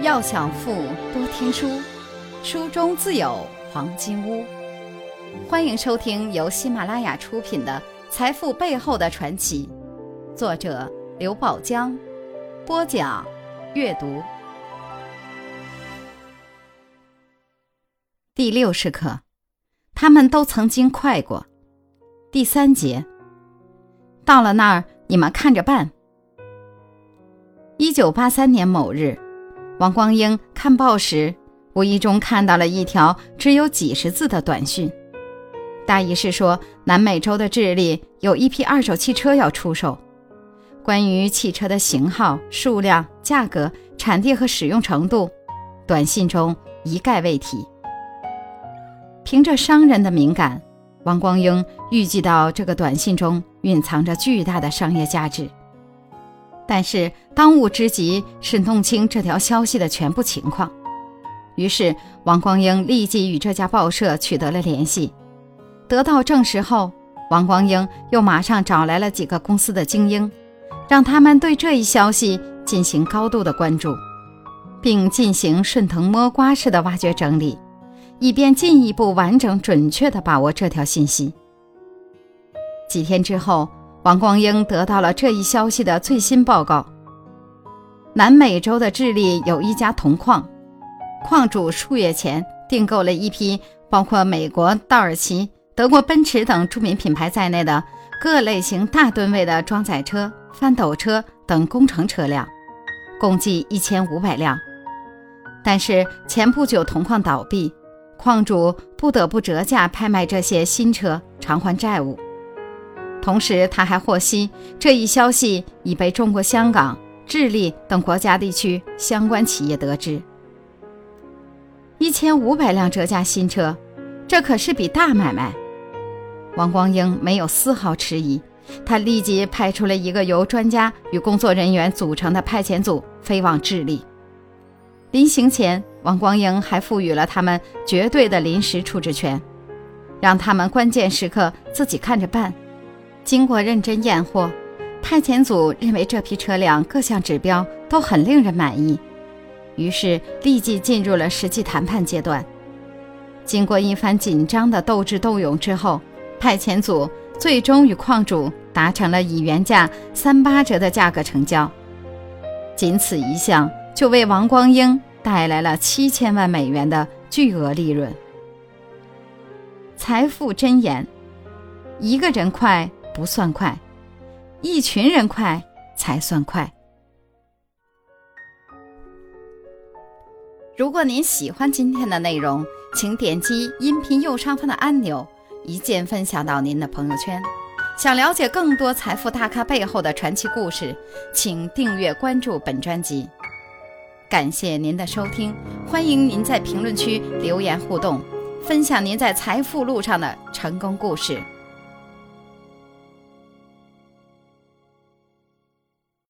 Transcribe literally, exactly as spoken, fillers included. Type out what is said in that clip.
要想富，多听书，书中自有黄金屋。欢迎收听由喜马拉雅出品的《财富背后的传奇》，作者刘宝江，播讲阅读。第六十课，他们都曾经快过。第三节，到了那儿，你们看着办。一九八三年某日，王光英看报时，无意中看到了一条只有几十字的短讯，大意是说南美洲的智利有一批二手汽车要出售，关于汽车的型号、数量、价格、产地和使用程度，短信中一概未提。凭着商人的敏感，王光英预计到这个短信中蕴藏着巨大的商业价值。但是当务之急是弄清这条消息的全部情况。于是王光英立即与这家报社取得了联系。得到证实后，王光英又马上找来了几个公司的精英，让他们对这一消息进行高度的关注，并进行顺藤摸瓜式的挖掘整理，以便进一步完整准确地把握这条信息。几天之后，王光英得到了这一消息的最新报告。南美洲的智利有一家铜矿，矿主数月前订购了一批包括美国道尔奇、德国奔驰等著名品牌在内的各类型大吨位的装载车、翻斗车等工程车辆，共计一千五百辆。但是前不久铜矿倒闭，矿主不得不折价拍卖这些新车，偿还债务。同时他还获悉，这一消息已被中国香港、智利等国家地区相关企业得知。一千五百辆折价新车，这可是笔大买卖。王光英没有丝毫迟疑，他立即派出了一个由专家与工作人员组成的派遣组飞往智利。临行前，王光英还赋予了他们绝对的临时处置权，让他们关键时刻自己看着办。经过认真验货，派遣组认为这批车辆各项指标都很令人满意，于是立即进入了实际谈判阶段。经过一番紧张的斗智斗勇之后，派遣组最终与矿主达成了以原价三八折的价格成交。仅此一项就为王光英带来了七千万美元的巨额利润。财富箴言：一个人快不算快，一群人快才算快。如果您喜欢今天的内容，请点击音频右上方的按钮，一键分享到您的朋友圈。想了解更多财富大咖背后的传奇故事，请订阅关注本专辑。感谢您的收听，欢迎您在评论区留言互动，分享您在财富路上的成功故事。